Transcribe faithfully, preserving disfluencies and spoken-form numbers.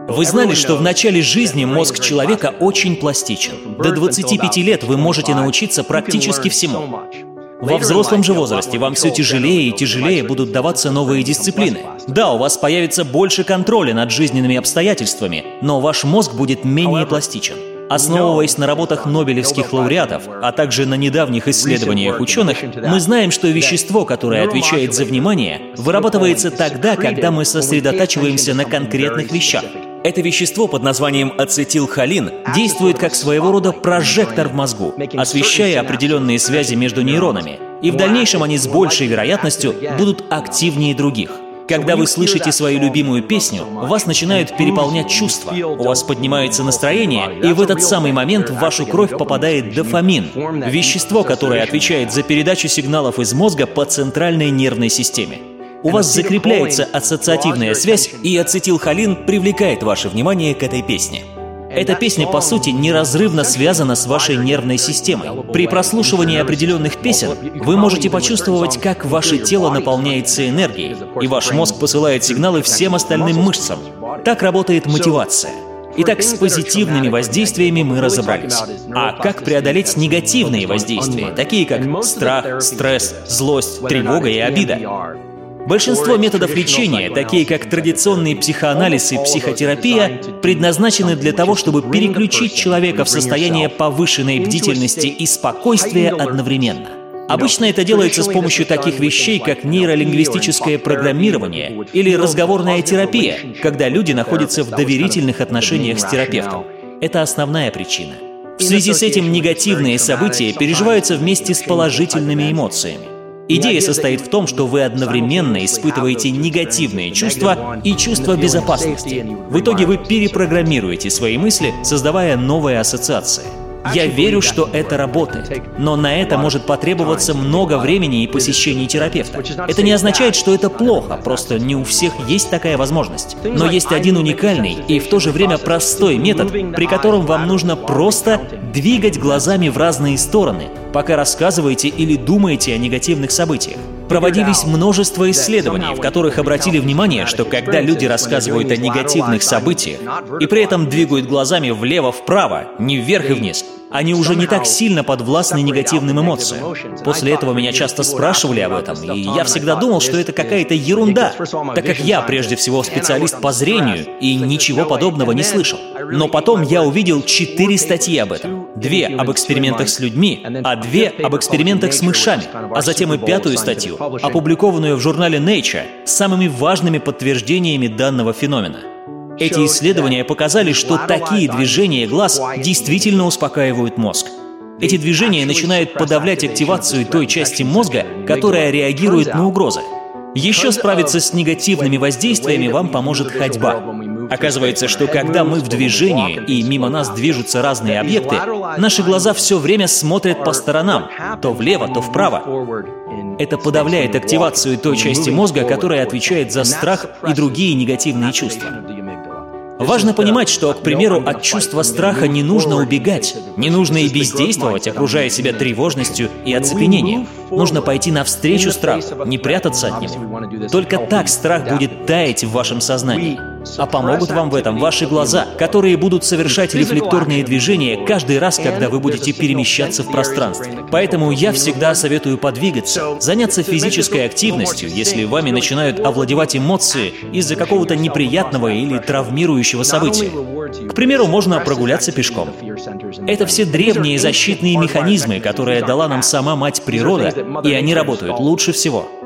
Вы знали, что в начале жизни мозг человека очень пластичен? До двадцати пяти лет вы можете научиться практически всему. Во взрослом же возрасте вам все тяжелее и тяжелее будут даваться новые дисциплины. Да, у вас появится больше контроля над жизненными обстоятельствами, но ваш мозг будет менее пластичен. Основываясь на работах нобелевских лауреатов, а также на недавних исследованиях ученых, мы знаем, что вещество, которое отвечает за внимание, вырабатывается тогда, когда мы сосредотачиваемся на конкретных вещах. Это вещество под названием ацетилхолин действует как своего рода прожектор в мозгу, освещая определенные связи между нейронами, и в дальнейшем они с большей вероятностью будут активнее других. Когда вы слышите свою любимую песню, вас начинают переполнять чувства, у вас поднимается настроение, и в этот самый момент в вашу кровь попадает дофамин, вещество, которое отвечает за передачу сигналов из мозга по центральной нервной системе. У вас закрепляется ассоциативная связь, и ацетилхолин привлекает ваше внимание к этой песне. Эта песня, по сути, неразрывно связана с вашей нервной системой. При прослушивании определенных песен вы можете почувствовать, как ваше тело наполняется энергией, и ваш мозг посылает сигналы всем остальным мышцам. Так работает мотивация. Итак, с позитивными воздействиями мы разобрались. А как преодолеть негативные воздействия, такие как страх, стресс, злость, тревога и обида? Большинство методов лечения, такие как традиционный психоанализ и психотерапия, предназначены для того, чтобы переключить человека в состояние повышенной бдительности и спокойствия одновременно. Обычно это делается с помощью таких вещей, как нейролингвистическое программирование или разговорная терапия, когда люди находятся в доверительных отношениях с терапевтом. Это основная причина. В связи с этим негативные события переживаются вместе с положительными эмоциями. Идея состоит в том, что вы одновременно испытываете негативные чувства и чувство безопасности. В итоге вы перепрограммируете свои мысли, создавая новые ассоциации. Я верю, что это работает, но на это может потребоваться много времени и посещений терапевта. Это не означает, что это плохо, просто не у всех есть такая возможность. Но есть один уникальный и в то же время простой метод, при котором вам нужно просто двигать глазами в разные стороны, пока рассказываете или думаете о негативных событиях. Проводились множество исследований, в которых обратили внимание, что когда люди рассказывают о негативных событиях и при этом двигают глазами влево-вправо, не вверх и вниз, они уже не так сильно подвластны негативным эмоциям. После этого меня часто спрашивали об этом, и я всегда думал, что это какая-то ерунда, так как я прежде всего специалист по зрению и ничего подобного не слышал. Но потом я увидел четыре статьи об этом. Две об экспериментах с людьми, а две об экспериментах с мышами, а затем и пятую статью, опубликованную в журнале Nature, с самыми важными подтверждениями данного феномена. Эти исследования показали, что такие движения глаз действительно успокаивают мозг. Эти движения начинают подавлять активацию той части мозга, которая реагирует на угрозы. Еще справиться с негативными воздействиями вам поможет ходьба. Оказывается, что когда мы в движении и мимо нас движутся разные объекты, наши глаза все время смотрят по сторонам, то влево, то вправо. Это подавляет активацию той части мозга, которая отвечает за страх и другие негативные чувства. Важно понимать, что, к примеру, от чувства страха не нужно убегать, не нужно и бездействовать, окружая себя тревожностью и оцепенением. Нужно пойти навстречу страху, не прятаться от него. Только так страх будет таять в вашем сознании. А помогут вам в этом ваши глаза, которые будут совершать рефлекторные движения каждый раз, когда вы будете перемещаться в пространстве. Поэтому я всегда советую подвигаться, заняться физической активностью, если вами начинают овладевать эмоции из-за какого-то неприятного или травмирующего события. К примеру, можно прогуляться пешком. Это все древние защитные механизмы, которые дала нам сама мать природа, и они работают лучше всего.